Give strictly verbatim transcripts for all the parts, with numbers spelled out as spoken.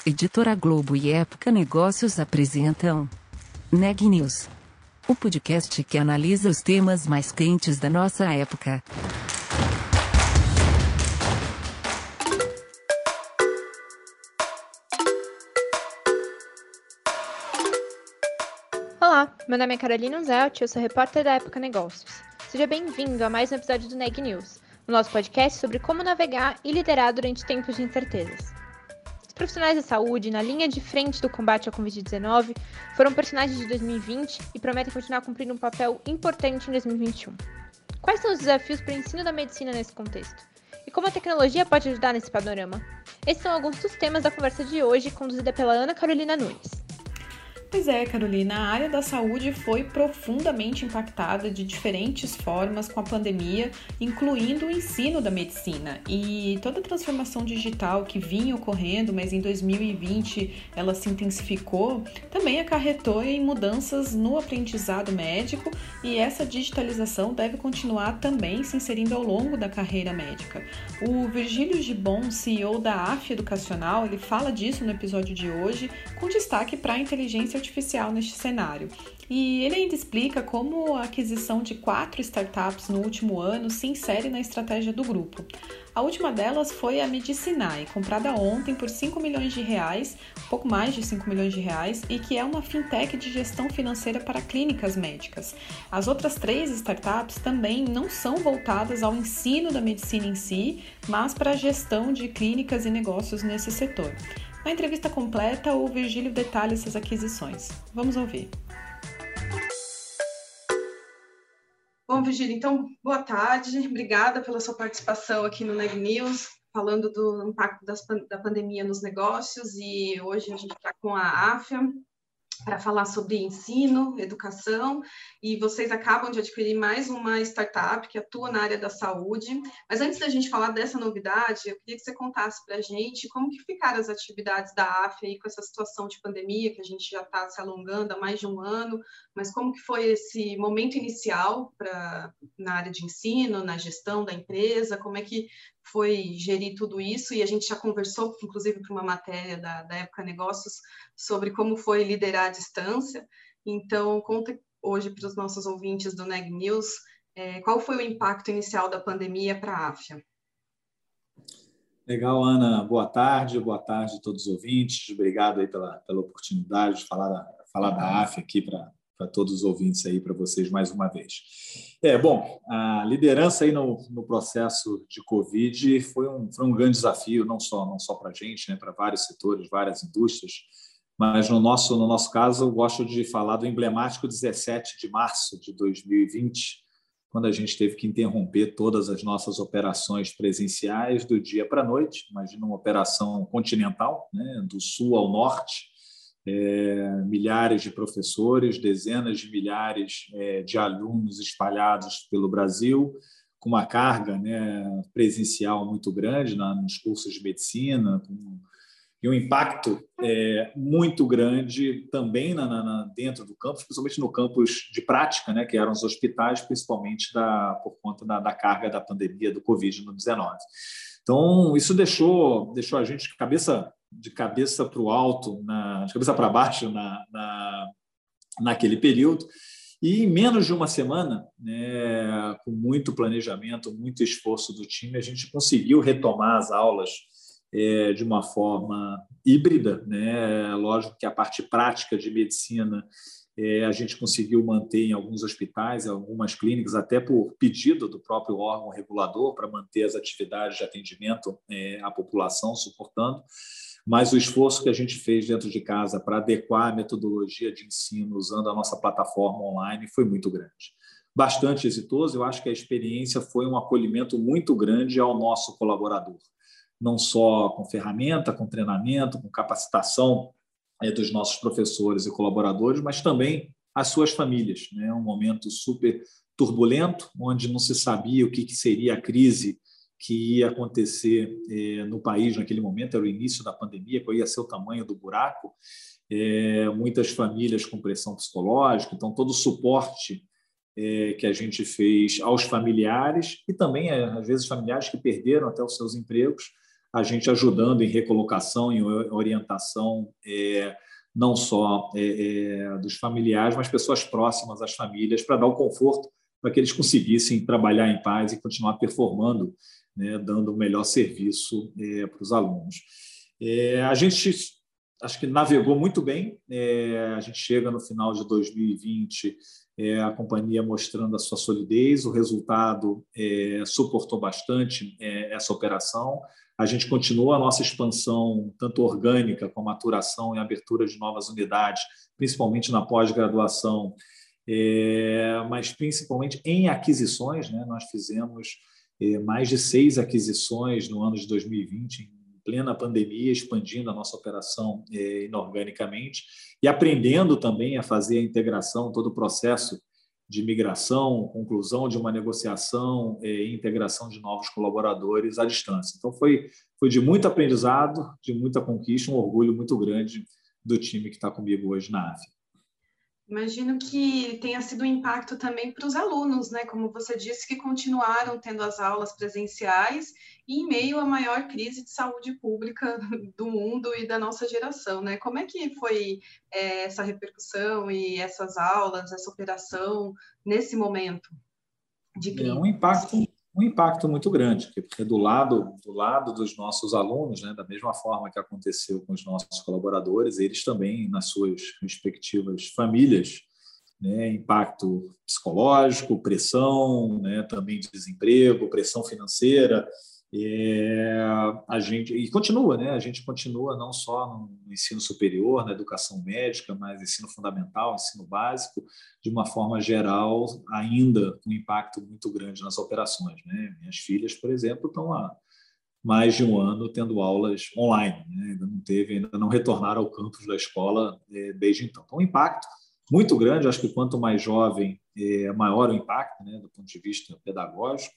Editora Globo e Época Negócios apresentam Neg News, o podcast que analisa os temas mais quentes da nossa época. Olá, meu nome é Carolina Zelt e eu sou repórter da Época Negócios. Seja bem-vindo a mais um episódio do Neg News, o nosso podcast sobre como navegar e liderar durante tempos de incertezas. Os profissionais da saúde, na linha de frente do combate ao covid dezenove, foram personagens de dois mil e vinte e prometem continuar cumprindo um papel importante em dois mil e vinte e um. Quais são os desafios para o ensino da medicina nesse contexto? E como a tecnologia pode ajudar nesse panorama? Esses são alguns dos temas da conversa de hoje, conduzida pela Ana Carolina Nunes. Pois é, Carolina, a área da saúde foi profundamente impactada de diferentes formas com a pandemia, incluindo o ensino da medicina. E toda a transformação digital que vinha ocorrendo, mas em dois mil e vinte ela se intensificou, também acarretou em mudanças no aprendizado médico, e essa digitalização deve continuar também se inserindo ao longo da carreira médica. O Virgílio Gibbon, C E O da A F Educacional, ele fala disso no episódio de hoje, com destaque para a inteligência artificial neste cenário. E ele ainda explica como a aquisição de quatro startups no último ano se insere na estratégia do grupo. A última delas foi a Medicinai, comprada ontem por cinco milhões de reais, um pouco mais de cinco milhões de reais, e que é uma fintech de gestão financeira para clínicas médicas. As outras três startups também não são voltadas ao ensino da medicina em si, mas para a gestão de clínicas e negócios nesse setor. Na entrevista completa, o Virgílio detalha essas aquisições. Vamos ouvir. Bom, Virgílio, então, boa tarde. Obrigada pela sua participação aqui no Neg News, falando do impacto das, da pandemia nos negócios. E hoje a gente está com a Afya para falar sobre ensino, educação, e vocês acabam de adquirir mais uma startup que atua na área da saúde. Mas antes da gente falar dessa novidade, eu queria que você contasse para a gente como que ficaram as atividades da Afya aí com essa situação de pandemia, que a gente já está se alongando há mais de um ano, mas como que foi esse momento inicial pra, na área de ensino, na gestão da empresa, como é que foi gerir tudo isso, e a gente já conversou, inclusive, para uma matéria da, da Época Negócios, sobre como foi liderar à distância. Então, conta hoje para os nossos ouvintes do Neg News, é, qual foi o impacto inicial da pandemia para a Afya? Legal, Ana. Boa tarde, boa tarde a todos os ouvintes. Obrigado aí pela, pela oportunidade de falar da, falar da Afya aqui para para todos os ouvintes aí, para vocês mais uma vez. É, bom, a liderança aí no, no processo de Covid foi um, foi um grande desafio, não só, não só para a gente, né, para vários setores, várias indústrias, mas no nosso, no nosso caso, eu gosto de falar do emblemático dezessete de março de dois mil e vinte, quando a gente teve que interromper todas as nossas operações presenciais do dia para a noite. Imagina uma operação continental, né, do sul ao norte, É, milhares de professores, dezenas de milhares é, de alunos espalhados pelo Brasil, com uma carga, né, presencial muito grande na, nos cursos de medicina, com, e um impacto é, muito grande também na, na, dentro do campus, principalmente no campus de prática, né, que eram os hospitais, principalmente da, por conta da, da carga da pandemia do covid dezenove. Então, isso deixou, deixou a gente de cabeça de cabeça para o alto, na, de cabeça para baixo na, na, naquele período. E em menos de uma semana, né, com muito planejamento, muito esforço do time, a gente conseguiu retomar as aulas é, de uma forma híbrida, né? Lógico que a parte prática de medicina é, a gente conseguiu manter em alguns hospitais, em algumas clínicas, até por pedido do próprio órgão regulador, para manter as atividades de atendimento é, à população, suportando. Mas o esforço que a gente fez dentro de casa para adequar a metodologia de ensino usando a nossa plataforma online foi muito grande. Bastante exitoso. Eu acho que a experiência foi um acolhimento muito grande ao nosso colaborador, não só com ferramenta, com treinamento, com capacitação é, dos nossos professores e colaboradores, mas também as suas famílias, né? Um momento super turbulento, onde não se sabia o que seria a crise que ia acontecer eh, no país naquele momento, era o início da pandemia, qual ia ser o tamanho do buraco, eh, muitas famílias com pressão psicológica, então todo o suporte eh, que a gente fez aos familiares e também, às vezes, familiares que perderam até os seus empregos, a gente ajudando em recolocação, em orientação, é, não só é, é, dos familiares, mas pessoas próximas às famílias, para dar o conforto para que eles conseguissem trabalhar em paz e continuar performando, né, dando o melhor serviço é, para os alunos. É, a gente acho que navegou muito bem, é, a gente chega no final de dois mil e vinte, é, a companhia mostrando a sua solidez, o resultado é, suportou bastante é, essa operação. A gente continua a nossa expansão, tanto orgânica, com a maturação e abertura de novas unidades, principalmente na pós-graduação, é, mas principalmente em aquisições, né? Nós fizemos é, mais de seis aquisições no ano de dois mil e vinte, em plena pandemia, expandindo a nossa operação é, inorganicamente e aprendendo também a fazer a integração, todo o processo de migração, conclusão de uma negociação e é, integração de novos colaboradores à distância. Então, foi, foi de muito aprendizado, de muita conquista, um orgulho muito grande do time que está comigo hoje na A F I. Imagino que tenha sido um impacto também para os alunos, né? Como você disse, que continuaram tendo as aulas presenciais e em meio à maior crise de saúde pública do mundo e da nossa geração, né? Como é que foi é, essa repercussão e essas aulas, essa operação nesse momento de crise? É um impacto, um impacto muito grande, porque do lado, do lado dos nossos alunos, né, da mesma forma que aconteceu com os nossos colaboradores, eles também, nas suas respectivas famílias, né, impacto psicológico, pressão, né, também desemprego, pressão financeira, é, a gente, e continua, né, a gente continua não só no ensino superior, na educação médica, mas ensino fundamental, ensino básico, de uma forma geral, ainda com um impacto muito grande nas operações, né? Minhas filhas, por exemplo, estão há mais de um ano tendo aulas online, né? Ainda não teve, ainda não retornaram ao campus da escola é, desde então. Então, um impacto muito grande, acho que quanto mais jovem, é, maior o impacto, né, do ponto de vista pedagógico.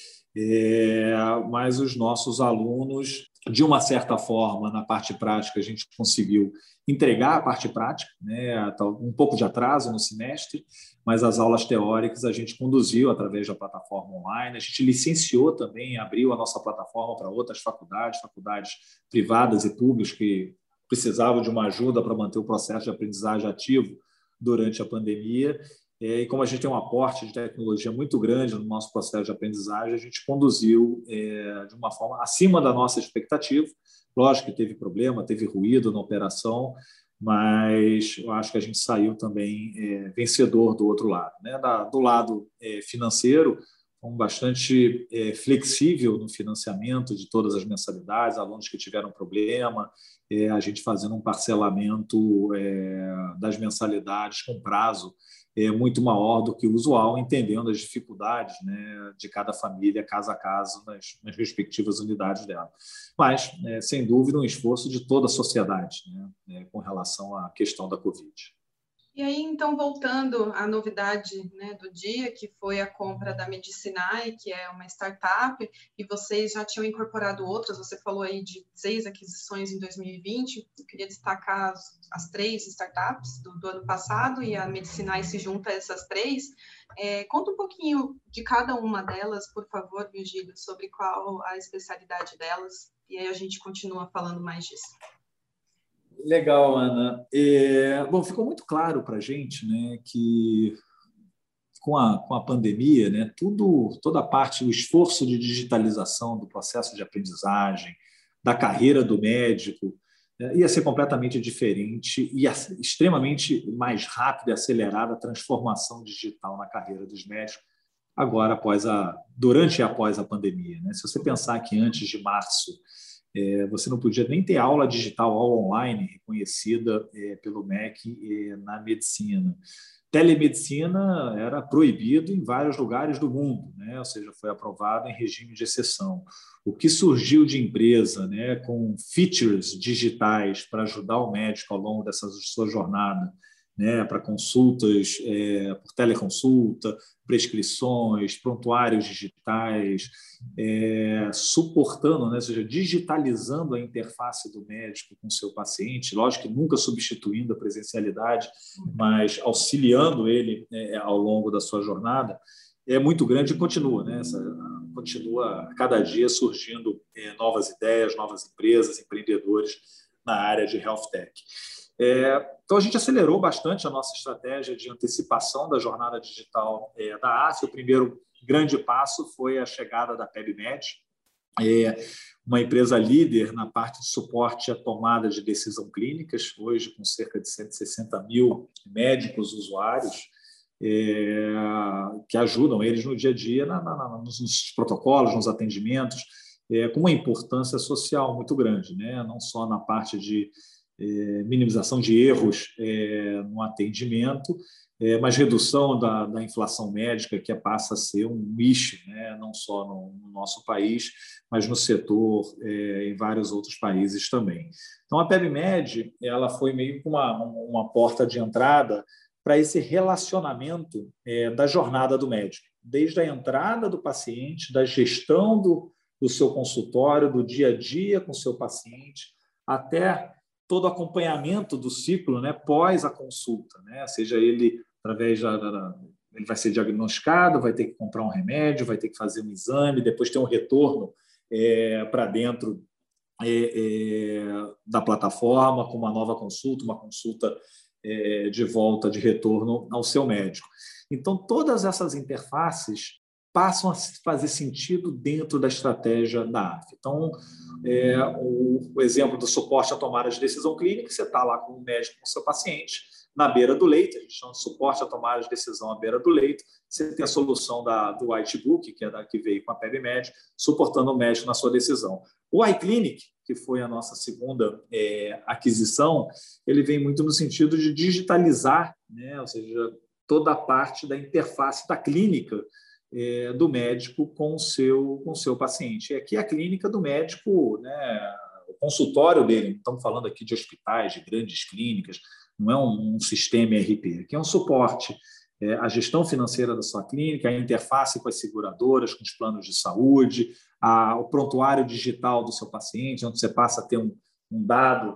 É, mas os nossos alunos, de uma certa forma, na parte prática, a gente conseguiu entregar a parte prática, né, um pouco de atraso no semestre, mas as aulas teóricas a gente conduziu através da plataforma online, a gente licenciou também, abriu a nossa plataforma para outras faculdades, faculdades privadas e públicas que precisavam de uma ajuda para manter o processo de aprendizagem ativo durante a pandemia. E como a gente tem um aporte de tecnologia muito grande no nosso processo de aprendizagem, a gente conduziu é, de uma forma acima da nossa expectativa. Lógico que teve problema, teve ruído na operação, mas eu acho que a gente saiu também é, vencedor do outro lado, né? Da, do lado é, financeiro, fomos bastante é, flexível no financiamento de todas as mensalidades, alunos que tiveram problema, é, a gente fazendo um parcelamento é, das mensalidades com prazo é muito maior do que o usual, entendendo as dificuldades, né, de cada família, caso a caso, nas, nas respectivas unidades dela. Mas, é, sem dúvida, um esforço de toda a sociedade, né, é, com relação à questão da Covid. E aí, então, voltando à novidade, né, do dia, que foi a compra da Medicinai, que é uma startup, e vocês já tinham incorporado outras, você falou aí de seis aquisições em dois mil e vinte, eu queria destacar as, as três startups do, do ano passado, e a Medicinai se junta a essas três. É, conta um pouquinho de cada uma delas, por favor, Virgílio, sobre qual a especialidade delas, e aí a gente continua falando mais disso. Legal, Ana. É, bom, ficou muito claro para a gente, né, que com a, com a pandemia, né, tudo, toda a parte, o esforço de digitalização do processo de aprendizagem, da carreira do médico, é, ia ser completamente diferente e extremamente mais rápida e acelerada a transformação digital na carreira dos médicos, agora, após a, durante e após a pandemia, né? Se você pensar que antes de março, É, você não podia nem ter aula digital, aula online reconhecida é, pelo M E C é, na medicina. Telemedicina era proibido em vários lugares do mundo, né? Ou seja, foi aprovado em regime de exceção. O que surgiu de empresa, né, com features digitais para ajudar o médico ao longo dessa sua jornada, né, para consultas é, por teleconsulta, prescrições, prontuários digitais, é, suportando, né, ou seja, digitalizando a interface do médico com o seu paciente, lógico que nunca substituindo a presencialidade, mas auxiliando ele é, ao longo da sua jornada, é muito grande e continua, né? Essa, continua a cada dia surgindo é, novas ideias, novas empresas, empreendedores na área de Health Tech. É, então, a gente acelerou bastante a nossa estratégia de antecipação da jornada digital é, da A F. O primeiro grande passo foi a chegada da PebMed, é, uma empresa líder na parte de suporte à tomada de decisão clínicas, hoje com cerca de cento e sessenta mil médicos usuários, é, que ajudam eles no dia a dia, na, na, nos, nos protocolos, nos atendimentos, é, com uma importância social muito grande, né? Não só na parte de é, minimização de erros é, no atendimento, é, mas redução da, da inflação médica, que passa a ser um issue, né? Não só no, no nosso país, mas no setor, é, em vários outros países também. Então, a PebMed ela foi meio que uma, uma porta de entrada para esse relacionamento é, da jornada do médico, desde a entrada do paciente, da gestão do, do seu consultório, do dia a dia com o seu paciente, até todo o acompanhamento do ciclo, né, pós a consulta, né, seja ele através da, da... Ele vai ser diagnosticado, vai ter que comprar um remédio, vai ter que fazer um exame, depois ter um retorno é, para dentro é, é, da plataforma com uma nova consulta, uma consulta é, de volta, de retorno ao seu médico. Então, todas essas interfaces passam a fazer sentido dentro da estratégia da A F. Então, é, o, o exemplo do suporte à tomada de decisão clínica, você está lá com o médico, com o seu paciente, na beira do leito, a gente chama de suporte à tomada de decisão à beira do leito, você tem a solução da, do Whitebook, que é da que veio com a PebMed, suportando o médico na sua decisão. O iClinic, que foi a nossa segunda é, aquisição, ele vem muito no sentido de digitalizar, né, ou seja, toda a parte da interface da clínica é, do médico com o seu, com o seu paciente. E aqui a clínica do médico, né, o consultório dele, estamos falando aqui de hospitais, de grandes clínicas, não é um, um sistema E R P, aqui é um suporte, é, a gestão financeira da sua clínica, a interface com as seguradoras, com os planos de saúde, a, o prontuário digital do seu paciente, onde você passa a ter um, um dado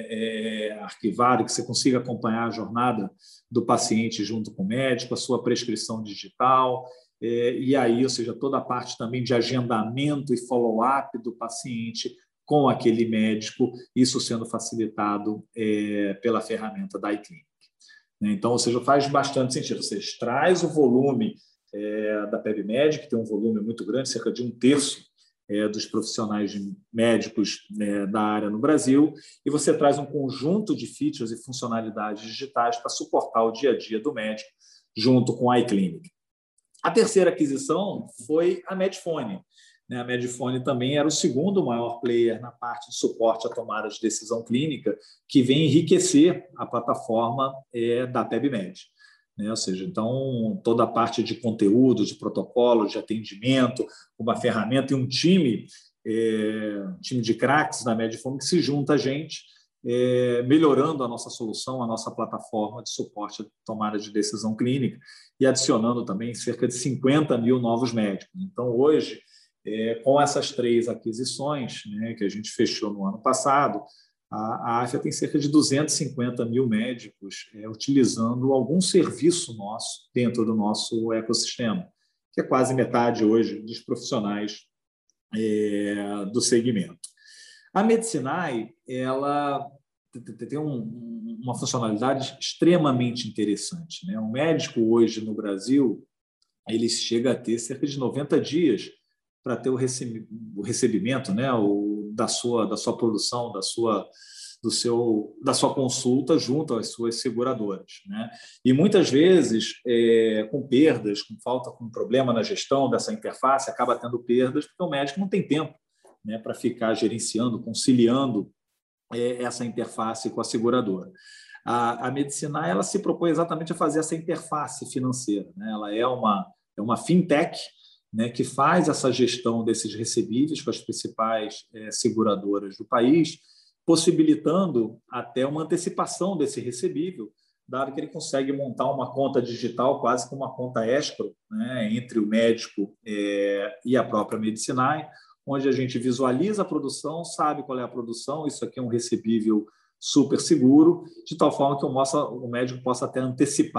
é, é, arquivado, que você consiga acompanhar a jornada do paciente junto com o médico, a sua prescrição digital, é, e aí, ou seja, toda a parte também de agendamento e follow-up do paciente com aquele médico, isso sendo facilitado é, pela ferramenta da iClinic. Então, ou seja, faz bastante sentido. Você traz o volume é, da PebMed, que tem um volume muito grande, cerca de um terço é, dos profissionais médicos é, da área no Brasil, e você traz um conjunto de features e funcionalidades digitais para suportar o dia a dia do médico junto com a iClinic. A terceira aquisição foi a Medfone. A Medfone também era o segundo maior player na parte de suporte à tomada de decisão clínica, que vem enriquecer a plataforma é, da PebMed. Né? Ou seja, então, toda a parte de conteúdo, de protocolo, de atendimento, uma ferramenta e um time, é, um time de craques da Medfone que se junta a gente, é, melhorando a nossa solução, a nossa plataforma de suporte à tomada de decisão clínica e adicionando também cerca de cinquenta mil novos médicos. Então, hoje, É, com essas três aquisições, né, que a gente fechou no ano passado, a, a AFIA tem cerca de duzentos e cinquenta mil médicos é, utilizando algum serviço nosso dentro do nosso ecossistema, que é quase metade hoje dos profissionais é, do segmento. A Medicinai, ela tem um, uma funcionalidade extremamente interessante, né? Um médico hoje no Brasil, ele chega a ter cerca de noventa dias para ter o recebimento, né, o, da, sua, da sua produção, da sua, do seu, da sua consulta junto às suas seguradoras. Né? E muitas vezes, é, com perdas, com falta, com problema na gestão dessa interface, acaba tendo perdas porque o médico não tem tempo, né, para ficar gerenciando, conciliando é, essa interface com a seguradora. A, a Medicinai, ela se propõe exatamente a fazer essa interface financeira. Né? Ela é uma, é uma fintech, né, que faz essa gestão desses recebíveis com as principais é, seguradoras do país, possibilitando até uma antecipação desse recebível, dado que ele consegue montar uma conta digital, quase como uma conta escrow, né, entre o médico é, e a própria Medicinai, onde a gente visualiza a produção, sabe qual é a produção, isso aqui é um recebível super seguro, de tal forma que o, moça, o médico possa até antecipar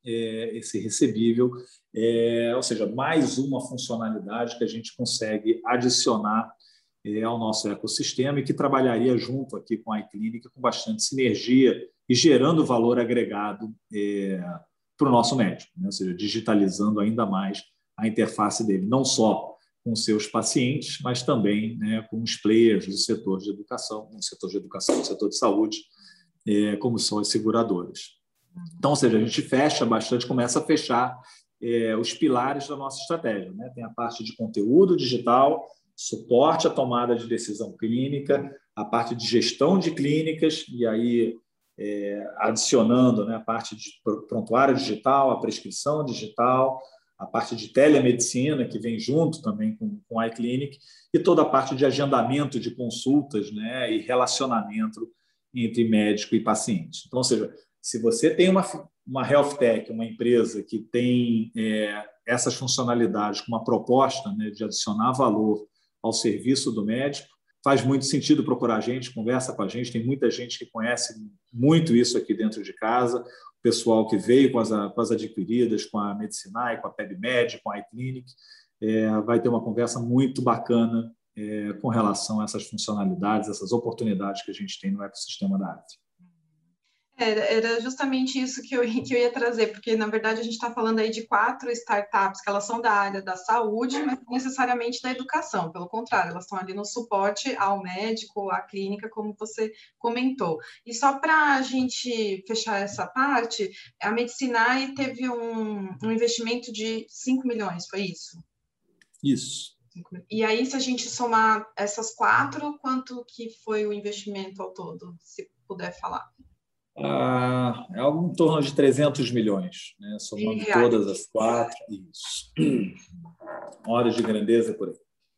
é, esse recebível, é, ou seja, mais uma funcionalidade que a gente consegue adicionar é, ao nosso ecossistema e que trabalharia junto aqui com a iClinic com bastante sinergia e gerando valor agregado é, para o nosso médico, né? Ou seja, digitalizando ainda mais a interface dele, não só com seus pacientes, mas também, né, com os players do setor de educação, no setor de educação, no setor de saúde, é, como são as seguradoras. Então, ou seja, a gente fecha bastante, começa a fechar é, os pilares da nossa estratégia, né? Tem a parte de conteúdo digital, suporte à tomada de decisão clínica, a parte de gestão de clínicas, e aí é, adicionando, né, a parte de prontuário digital, a prescrição digital, a parte de telemedicina, que vem junto também com, com a iClinic, e toda a parte de agendamento de consultas, né, e relacionamento entre médico e paciente. Então, ou seja, se você tem uma, uma health tech, uma empresa que tem é, essas funcionalidades com uma proposta, né, de adicionar valor ao serviço do médico, faz muito sentido procurar a gente, conversa com a gente, tem muita gente que conhece muito isso aqui dentro de casa, o pessoal que veio com as, com as adquiridas, com a Medicinai, com a PebMed, com a iClinic, é, vai ter uma conversa muito bacana é, com relação a essas funcionalidades, essas oportunidades que a gente tem no ecossistema da Afia. Era, era justamente isso que eu, que eu ia trazer, porque, na verdade, a gente está falando aí de quatro startups que elas são da área da saúde, mas não necessariamente da educação, pelo contrário, elas estão ali no suporte ao médico, à clínica, como você comentou. E só para a gente fechar essa parte, a Medicinai teve um, um investimento de cinco milhões, foi isso? Isso. E aí, se a gente somar essas quatro, quanto que foi o investimento ao todo, se puder falar? Ah, é algo em torno de trezentos milhões, né? Somando todas as quatro. Isso. Horas de grandeza por aí.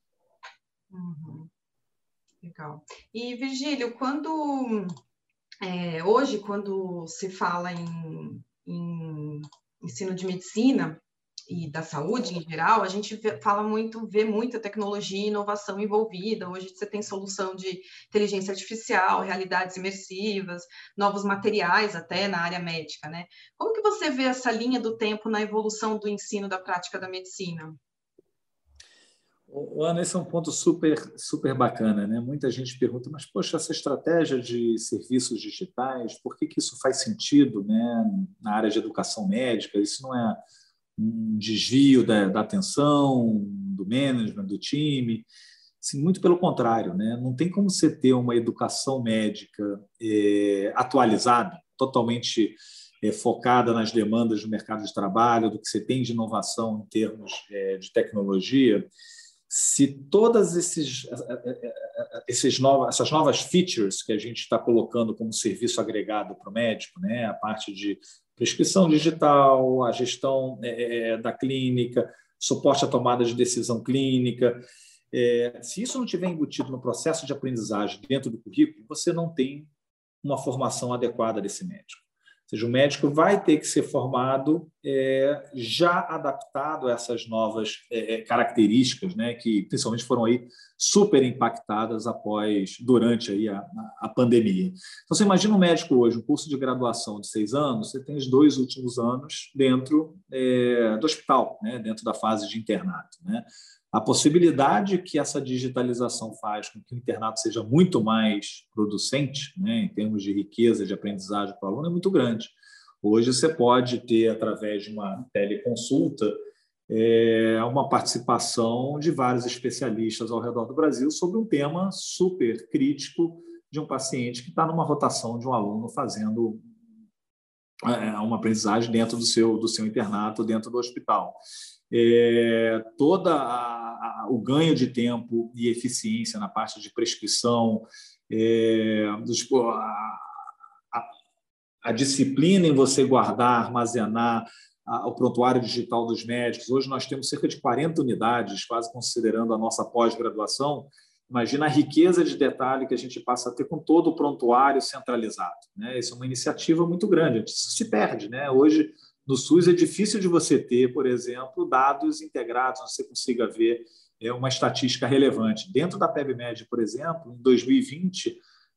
Uhum. Legal. E, Virgílio, quando é, hoje, quando se fala em, em ensino de medicina e da saúde em geral, a gente vê, fala muito, vê muita tecnologia e inovação envolvida. Hoje você tem solução de inteligência artificial, realidades imersivas, novos materiais até na área médica, né? Como que você vê essa linha do tempo na evolução do ensino da prática da medicina? O Ana, esse é um ponto super, super bacana, né? Muita gente pergunta, mas, poxa, essa estratégia de serviços digitais, por que que isso faz sentido, né, na área de educação médica? Isso não é um desvio da, da atenção, do management, do time? Sim, muito pelo contrário, né? Não tem como você ter uma educação médica é, atualizada, totalmente é, focada nas demandas do mercado de trabalho, do que você tem de inovação em termos é, de tecnologia, se todas esses, esses novas, essas novas features que a gente está colocando como serviço agregado para o médico, né? A parte de prescrição digital, a gestão é, da clínica, suporte à tomada de decisão clínica, é, se isso não estiver embutido no processo de aprendizagem dentro do currículo, você não tem uma formação adequada desse médico. Ou seja, o médico vai ter que ser formado é, já adaptado a essas novas é, características, né, que principalmente foram aí super impactadas após, durante aí a, a pandemia. Então, você imagina um médico hoje, um curso de graduação de seis anos, você tem os dois últimos anos dentro é, do hospital, né, dentro da fase de internato, né? A possibilidade que essa digitalização faz com que o internato seja muito mais producente, né, em termos de riqueza de aprendizagem para o aluno, é muito grande. Hoje você pode ter, através de uma teleconsulta, é, uma participação de vários especialistas ao redor do Brasil sobre um tema super crítico de um paciente que está numa rotação de um aluno fazendo é, uma aprendizagem dentro do seu, do seu internato, dentro do hospital. É, todo o ganho de tempo e eficiência na parte de prescrição, é, dos, a, a, a disciplina em você guardar, armazenar a, o prontuário digital dos médicos. Hoje nós temos cerca de quarenta unidades, quase considerando a nossa pós-graduação. Imagina a riqueza de detalhe que a gente passa a ter com todo o prontuário centralizado, né? Isso é uma iniciativa muito grande, isso se perde, né? Hoje, no SUS é difícil de você ter, por exemplo, dados integrados, onde você consiga ver é, uma estatística relevante. Dentro da PebMed, por exemplo, em dois mil e vinte,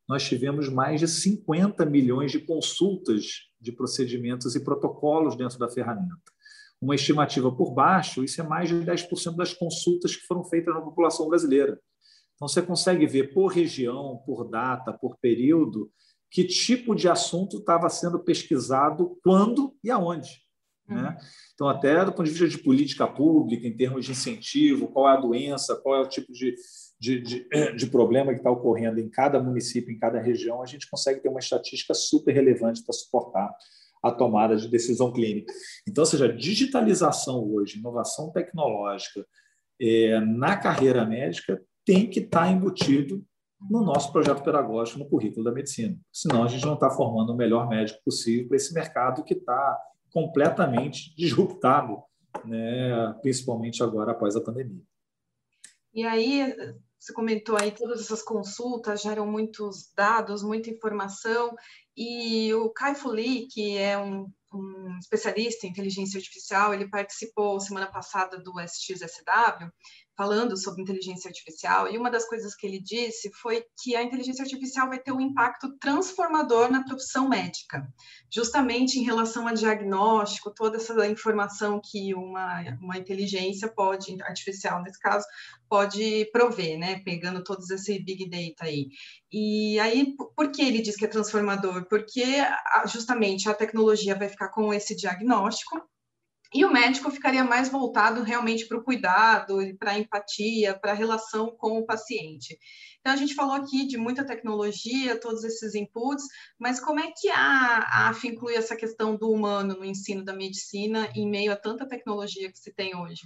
nós tivemos mais de cinquenta milhões de consultas de procedimentos e protocolos dentro da ferramenta. Uma estimativa por baixo, isso é mais de dez por cento das consultas que foram feitas na população brasileira. Então, você consegue ver por região, por data, por período, que tipo de assunto estava sendo pesquisado, quando e aonde. Né? Então, até do ponto de vista de política pública, em termos de incentivo, qual é a doença, qual é o tipo de, de, de, de problema que está ocorrendo em cada município, em cada região, a gente consegue ter uma estatística super relevante para suportar a tomada de decisão clínica. Então, ou seja, a digitalização hoje, inovação tecnológica é, na carreira médica tem que estar embutido no nosso projeto pedagógico, no currículo da medicina. Senão, a gente não está formando o melhor médico possível para esse mercado que está completamente disruptado, né, principalmente agora após a pandemia. E aí, você comentou aí, todas essas consultas geram muitos dados, muita informação, e o Kai-Fu Lee, que é um, um especialista em inteligência artificial, ele participou semana passada do S X S W, falando sobre inteligência artificial, e uma das coisas que ele disse foi que a inteligência artificial vai ter um impacto transformador na profissão médica, justamente em relação a diagnóstico, toda essa informação que uma, uma inteligência pode, artificial nesse caso, pode prover, né, pegando todos esse big data aí. E aí, por que ele diz que é transformador? Porque justamente a tecnologia vai ficar com esse diagnóstico, e o médico ficaria mais voltado realmente para o cuidado, para a empatia, para a relação com o paciente. Então, a gente falou aqui de muita tecnologia, todos esses inputs, mas como é que a, a A F inclui essa questão do humano no ensino da medicina em meio a tanta tecnologia que se tem hoje?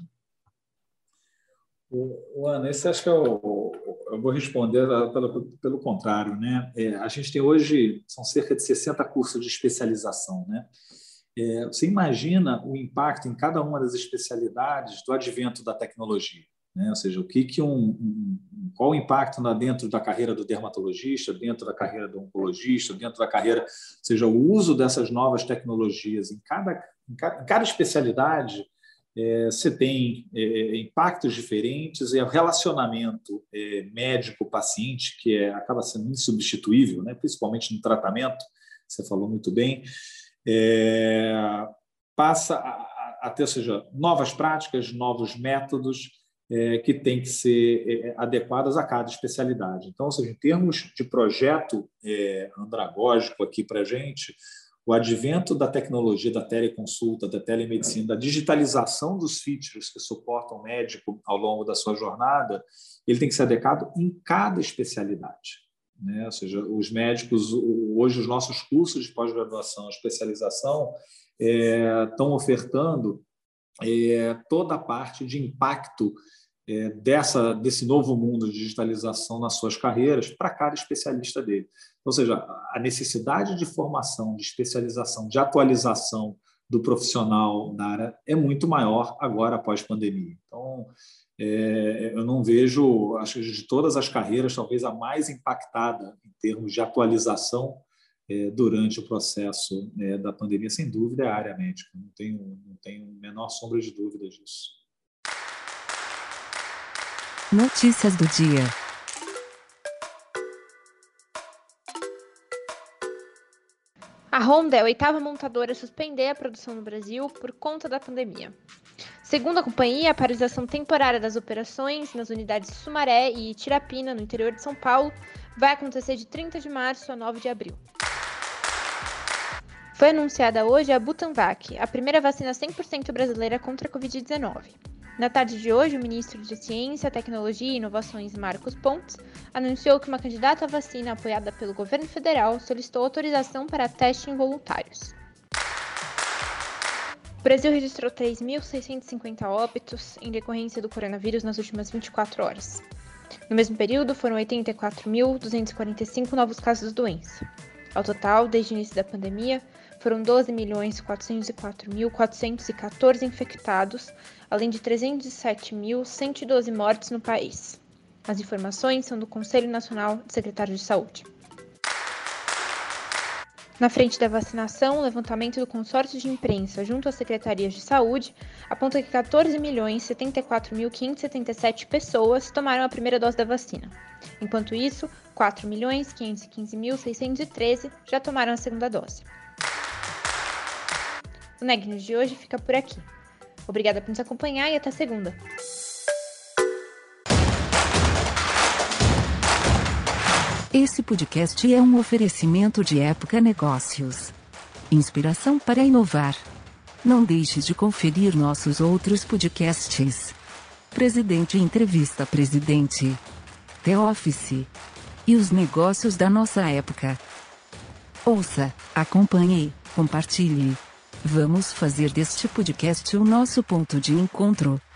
O, Ana, esse acho que eu, eu vou responder pelo, pelo contrário, né? É, a gente tem hoje, são cerca de sessenta cursos de especialização, né? É, você imagina o impacto em cada uma das especialidades do advento da tecnologia, né? Ou seja, o que que um, um, qual o impacto na, dentro da carreira do dermatologista, dentro da carreira do oncologista, dentro da carreira, ou seja, o uso dessas novas tecnologias em cada, em cada, em cada especialidade. É, você tem é, impactos diferentes, e o relacionamento é, médico-paciente, que é, acaba sendo insubstituível, né? Principalmente no tratamento, você falou muito bem, é, passa a, a ter, ou seja, novas práticas, novos métodos é, que têm que ser é, adequados a cada especialidade. Então, ou seja, em termos de projeto é, andragógico aqui para a gente, o advento da tecnologia, da teleconsulta, da telemedicina, da digitalização dos features que suportam o médico ao longo da sua jornada, ele tem que ser adequado em cada especialidade, né? Ou seja, os médicos, hoje os nossos cursos de pós-graduação, especialização, é, estão ofertando é, toda a parte de impacto é, dessa, desse novo mundo de digitalização nas suas carreiras para cada especialista dele. Ou seja, a necessidade de formação, de especialização, de atualização do profissional na área é muito maior agora após pandemia. Então, é, eu não vejo, acho que de todas as carreiras, talvez a mais impactada em termos de atualização é, durante o processo é, da pandemia, sem dúvida, é a área médica. Não tenho, não tenho a menor sombra de dúvida disso. Notícias do dia. A Honda é a oitava montadora a suspender a produção no Brasil por conta da pandemia. Segundo a companhia, a paralisação temporária das operações nas unidades de Sumaré e Tirapina, no interior de São Paulo, vai acontecer de trinta de março a nove de abril. Foi anunciada hoje a Butanvac, a primeira vacina cem por cento brasileira contra a covid dezenove. Na tarde de hoje, o ministro de Ciência, Tecnologia e Inovações, Marcos Pontes, anunciou que uma candidata à vacina apoiada pelo governo federal solicitou autorização para teste em voluntários. O Brasil registrou três mil seiscentos e cinquenta óbitos em decorrência do coronavírus nas últimas vinte e quatro horas. No mesmo período, foram oitenta e quatro mil duzentos e quarenta e cinco novos casos da doença. Ao total, desde o início da pandemia, foram doze milhões quatrocentos e quatro mil quatrocentos e quatorze infectados, além de trezentos e sete mil cento e doze mortes no país. As informações são do Conselho Nacional de Secretários de Saúde. Na frente da vacinação, o levantamento do consórcio de imprensa junto às secretarias de saúde aponta que quatorze milhões setenta e quatro mil quinhentas e setenta e sete pessoas tomaram a primeira dose da vacina. Enquanto isso, quatro milhões quinhentos e quinze mil seiscentos e treze já tomaram a segunda dose. O Neg News de hoje fica por aqui. Obrigada por nos acompanhar e até segunda. Esse podcast é um oferecimento de Época Negócios. Inspiração para inovar. Não deixe de conferir nossos outros podcasts. Presidente Entrevista Presidente. The Office. E os negócios da nossa época. Ouça, acompanhe, compartilhe. Vamos fazer deste podcast o nosso ponto de encontro.